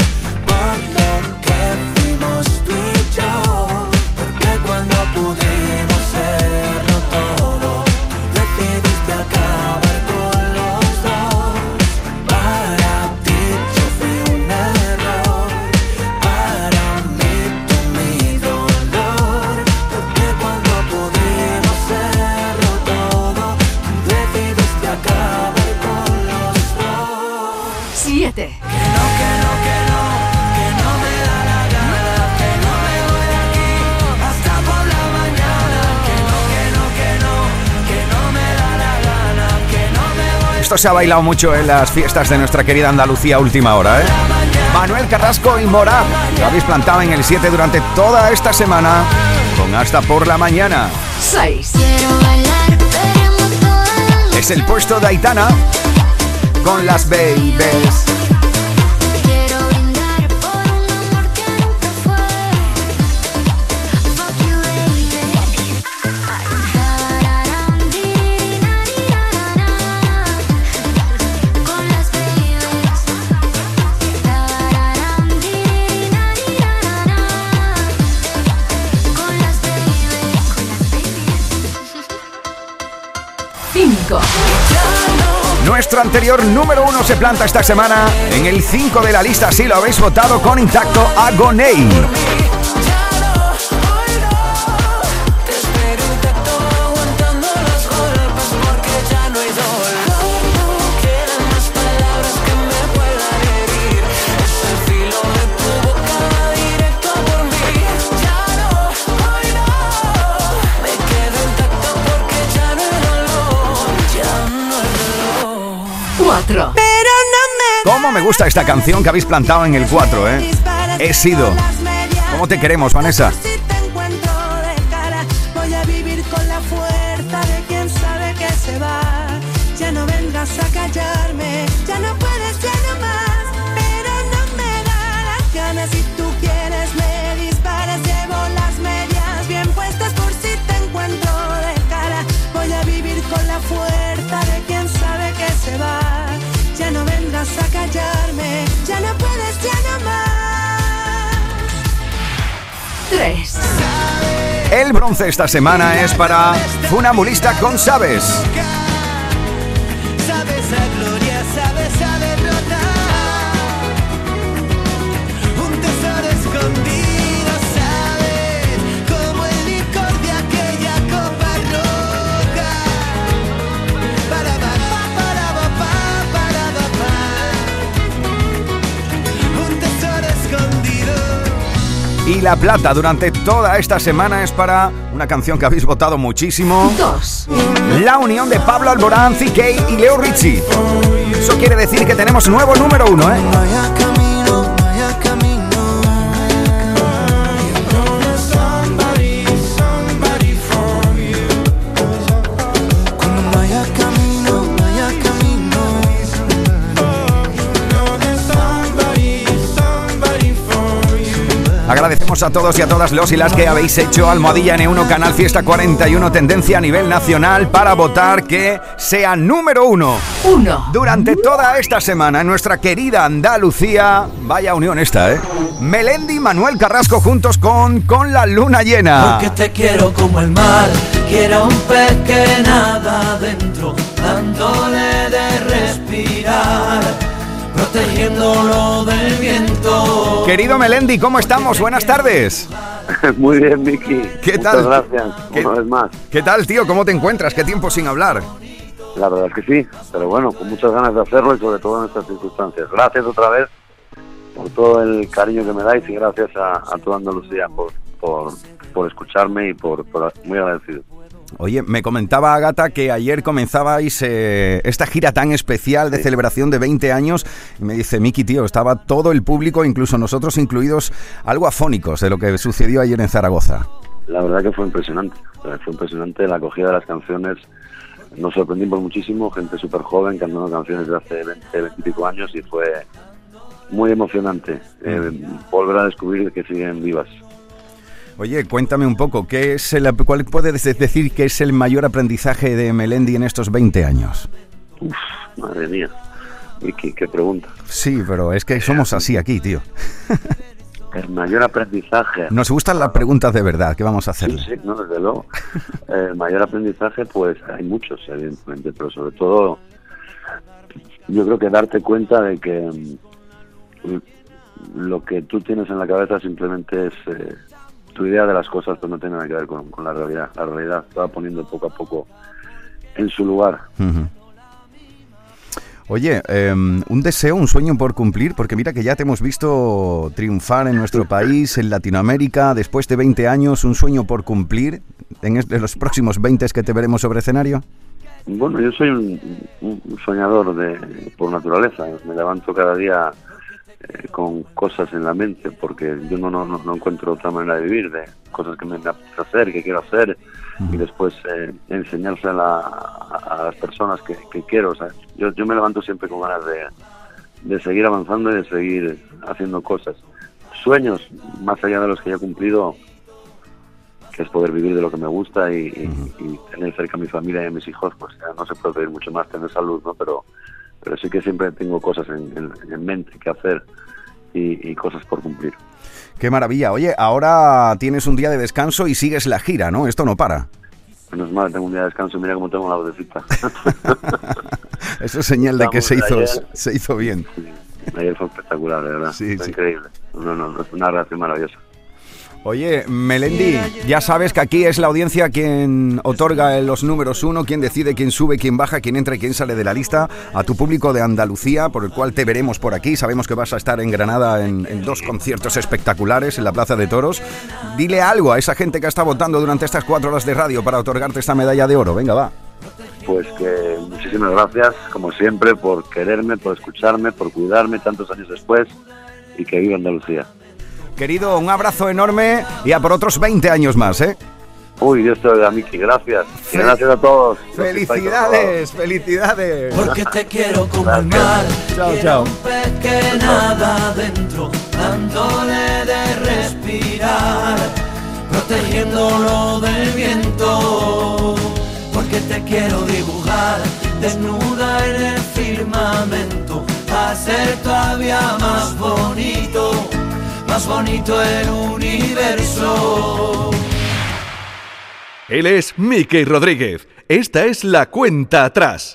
[SPEAKER 3] Esto se ha bailado mucho en las fiestas de nuestra querida Andalucía última hora, ¿eh? Manuel Carrasco y Morat. Lo habéis plantado en el 7 durante toda esta semana con Hasta por la mañana.
[SPEAKER 2] 6.
[SPEAKER 3] Es el puesto de Aitana con Las Babies. Nuestro anterior número 1 se planta esta semana en el 5 de la lista. Si lo habéis votado con Intacto, Agoney. ¿Cómo me gusta esta canción que habéis plantado en el 4, eh? He sido. ¿Cómo te queremos, Vanessa?
[SPEAKER 4] Si te encuentro de cara, voy a vivir con la fuerza de quien sabe que se va. Ya no vengas a callarme, ya no puedes, ya no más. Pero no me da las ganas, si tú quieres me disparas. Llevo las medias bien puestas por si te encuentro de cara. Voy a vivir con la fuerza de quien sabe que se va. Ya no vengas a callarme, ya no puedes, ya no más.
[SPEAKER 2] 3.
[SPEAKER 3] El bronce esta semana es para Funambulista con Sabes.
[SPEAKER 4] Sabes a gloria, sabes a derrota. Un tesoro escondido, sabes, como el licor de aquella copa roja. Para un tesoro escondido.
[SPEAKER 3] Y la plata durante toda esta semana es para una canción que habéis votado muchísimo.
[SPEAKER 2] 2.
[SPEAKER 3] La unión de Pablo Alborán, CK y Leo Richie. Eso quiere decir que tenemos nuevo número 1, ¿eh?
[SPEAKER 8] Vaya camino, vaya camino. Somebody for you. Cuando vaya camino, vaya camino. Somebody for you.
[SPEAKER 3] Agradecemos a todos y a todas los y las que habéis hecho Almohadilla N1 Canal Fiesta 41 tendencia a nivel nacional para votar que sea número 1 durante toda esta semana en nuestra querida Andalucía. Vaya unión esta, ¿eh? Melendi y Manuel Carrasco juntos con La Luna Llena.
[SPEAKER 5] Porque te quiero como el mar, quiero un pez que nada adentro, dándole de respirar, protegiéndolo del viento.
[SPEAKER 3] Querido Melendi, ¿cómo estamos? Buenas tardes.
[SPEAKER 6] Muy bien, Miki.
[SPEAKER 3] ¿Qué tal?
[SPEAKER 6] Muchas gracias, una vez más.
[SPEAKER 3] ¿Qué tal, tío? ¿Cómo te encuentras? ¿Qué tiempo sin hablar?
[SPEAKER 6] La verdad es que sí, pero bueno, con muchas ganas de hacerlo y sobre todo en estas circunstancias. Gracias otra vez todo el cariño que me dais y gracias a toda Andalucía por escucharme y por muy agradecido.
[SPEAKER 3] Oye, me comentaba Ágata que ayer comenzabais esta gira tan especial de celebración de 20 años y me dice, Miki, tío, estaba todo el público, incluso nosotros incluidos, algo afónicos de lo que sucedió ayer en Zaragoza.
[SPEAKER 6] La verdad que fue impresionante la acogida de las canciones. Nos sorprendimos muchísimo, gente súper joven cantando canciones de hace 20 y pico años y fue muy emocionante volver a descubrir que siguen vivas.
[SPEAKER 3] Oye, cuéntame un poco, ¿cuál puedes decir que es el mayor aprendizaje de Melendi en estos 20 años?
[SPEAKER 6] Uf, madre mía, Miki, qué pregunta.
[SPEAKER 3] Sí, pero es que somos así aquí, tío.
[SPEAKER 6] El mayor aprendizaje...
[SPEAKER 3] Nos gustan las preguntas de verdad, ¿qué vamos a hacer?
[SPEAKER 6] Sí, no, desde luego. El mayor aprendizaje, pues hay muchos, evidentemente, pero sobre todo yo creo que darte cuenta de que lo que tú tienes en la cabeza simplemente es... tu idea de las cosas, pues no tiene nada que ver con la realidad. La realidad se va poniendo poco a poco en su lugar.
[SPEAKER 3] Uh-huh. Oye, un deseo, un sueño por cumplir, porque mira que ya te hemos visto triunfar en nuestro país, en Latinoamérica, después de 20 años, un sueño por cumplir en los próximos 20 que te veremos sobre escenario.
[SPEAKER 6] Bueno, yo soy un soñador por naturaleza. Me levanto cada día con cosas en la mente, porque yo no encuentro otra manera de vivir, de cosas que me apetece hacer, que quiero hacer, y después enseñársela a las personas que quiero. O sea, yo me levanto siempre con ganas de seguir avanzando y de seguir haciendo cosas. Sueños, más allá de los que ya he cumplido, que es poder vivir de lo que me gusta y tener cerca a mi familia y a mis hijos, pues ya no se puede pedir mucho más, tener salud, ¿no? Pero sí que siempre tengo cosas en mente que hacer y cosas por cumplir.
[SPEAKER 3] ¡Qué maravilla! Oye, ahora tienes un día de descanso y sigues la gira, ¿no? Esto no para.
[SPEAKER 6] Menos mal, tengo un día de descanso, mira cómo tengo la vocecita.
[SPEAKER 3] Eso es señal de que se hizo bien.
[SPEAKER 6] Sí, ayer fue espectacular, de verdad.
[SPEAKER 3] Sí,
[SPEAKER 6] fue increíble. No, es una reacción maravillosa.
[SPEAKER 3] Oye, Melendi, ya sabes que aquí es la audiencia quien otorga los números 1, quien decide quién sube, quién baja, quién entra y quién sale de la lista. A tu público de Andalucía, por el cual te veremos por aquí. Sabemos que vas a estar en Granada en 2 conciertos espectaculares en la Plaza de Toros. Dile algo a esa gente que está votando durante estas 4 horas de radio para otorgarte esta medalla de oro. Venga, va.
[SPEAKER 6] Pues que muchísimas gracias, como siempre, por quererme, por escucharme, por cuidarme tantos años después, y que viva Andalucía.
[SPEAKER 3] Querido, un abrazo enorme y a por otros 20 años más, ¿eh?
[SPEAKER 6] Uy, Dios te oiga, Miki, gracias. Gracias a todos.
[SPEAKER 3] ¡Felicidades! ¡Felicidades!
[SPEAKER 5] Porque te quiero como el mar.
[SPEAKER 3] Chao, chao.
[SPEAKER 5] Un pez que nada adentro, dándole de respirar, protegiéndolo del viento. Porque te quiero dibujar, desnuda en el firmamento, hacer todavía más bonito el universo.
[SPEAKER 14] Él es Miki Rodríguez. Esta es La Cuenta Atrás.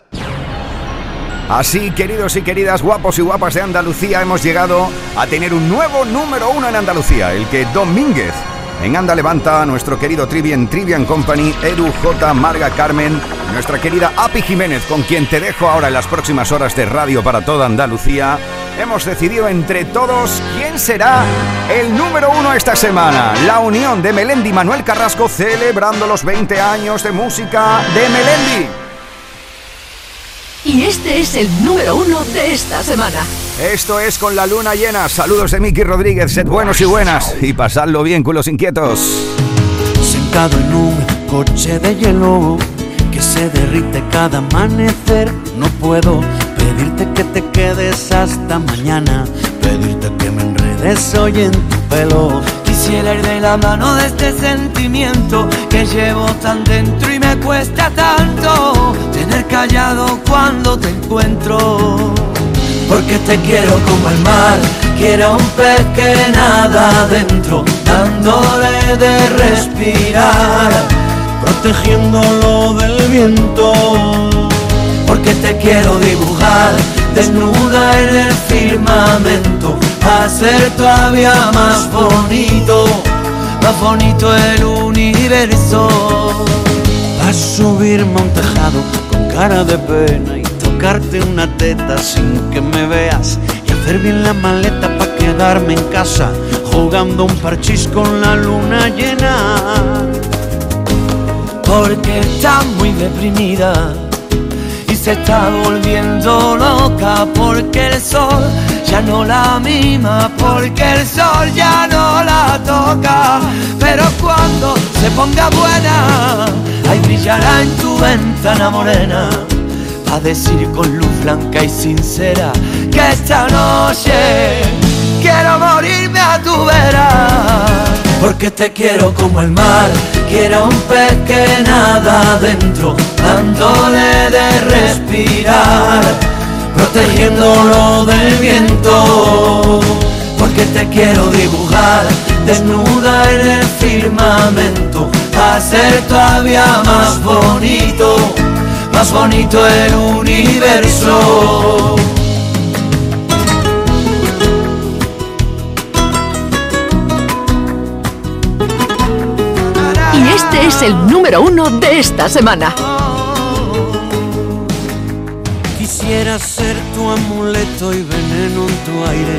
[SPEAKER 3] Así, queridos y queridas, guapos y guapas de Andalucía, hemos llegado a tener un nuevo número 1 en Andalucía, el que Domínguez en Anda Levanta, nuestro querido Trivian Company, Edu J, Marga Carmen, nuestra querida Api Jiménez, con quien te dejo ahora en las próximas horas de radio para toda Andalucía. Hemos decidido entre todos quién será el número 1 esta semana. La unión de Melendi y Manuel Carrasco celebrando los 20 años de música de Melendi.
[SPEAKER 2] Y este es el número 1 de esta semana.
[SPEAKER 3] Esto es Con la Luna Llena. Saludos de Miki Rodríguez. Sed buenos y buenas y pasadlo bien, culos inquietos.
[SPEAKER 5] Sentado en un coche de hielo que se derrite cada amanecer, no puedo pedirte que te quedes hasta mañana, pedirte que me enredes hoy en tu pelo. Quisiera ir de la mano de este sentimiento que llevo tan dentro y me cuesta tanto tener callado cuando te encuentro. Porque te quiero como el mar, quiero un pez que nada adentro, dándole de respirar, protegiéndolo del viento. Porque te quiero dibujar, desnuda en el firmamento, hacer todavía más bonito el universo. A subirme a un tejado con cara de pena y tocarte una teta sin que me veas, y hacer bien la maleta pa' que quedarme en casa jugando un parchís con la luna llena. Porque está muy deprimida y se está volviendo loca, porque el sol ya no la mima, porque el sol ya no la toca. Pero cuando se ponga buena, ahí brillará en tu ventana morena, a decir con luz blanca y sincera que esta noche quiero morirme a tu vera. Porque te quiero como el mar, quiero un pez que nada adentro, dándole de respirar, protegiéndolo del viento. Porque te quiero dibujar desnuda en el firmamento, hacer todavía más bonito el universo.
[SPEAKER 2] Y este es el número 1 de esta semana.
[SPEAKER 5] Quisiera ser tu amuleto y veneno en tu aire.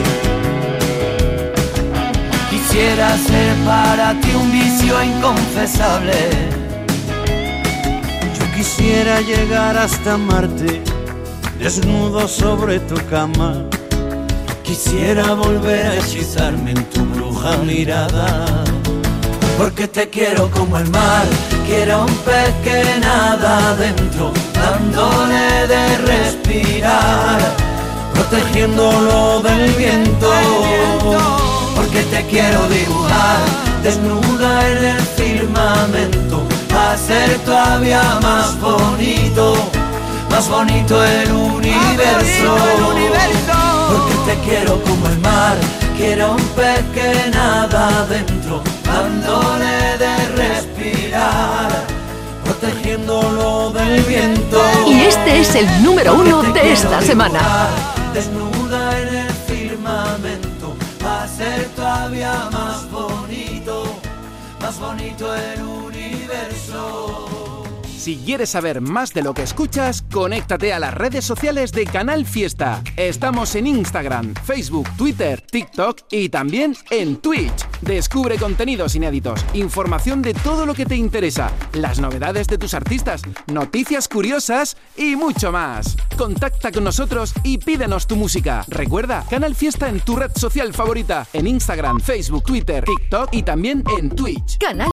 [SPEAKER 5] Quisiera ser para ti un vicio inconfesable. Yo quisiera llegar hasta Marte, desnudo sobre tu cama. Quisiera volver a hechizarme en tu bruja mirada. Porque te quiero como el mar, quiero un pez que nada adentro, dándole de respirar, protegiéndolo del viento. Porque te quiero dibujar desnuda en el firmamento, hacer todavía más bonito el universo. Porque te quiero como el mar, quiero un pez que nada adentro, dándole de respirar, protegiéndolo del viento.
[SPEAKER 2] Y este es el número 1 de esta semana.
[SPEAKER 5] Desnuda en el firmamento, hacer todavía más bonito el universo.
[SPEAKER 10] Si quieres saber más de lo que escuchas, conéctate a las redes sociales de Canal Fiesta. Estamos en Instagram, Facebook, Twitter, TikTok y también en Twitch. Descubre contenidos inéditos, información de todo lo que te interesa, las novedades de tus artistas, noticias curiosas y mucho más. Contacta con nosotros y pídenos tu música. Recuerda, Canal Fiesta en tu red social favorita, en Instagram, Facebook, Twitter, TikTok y también en Twitch.
[SPEAKER 2] Canal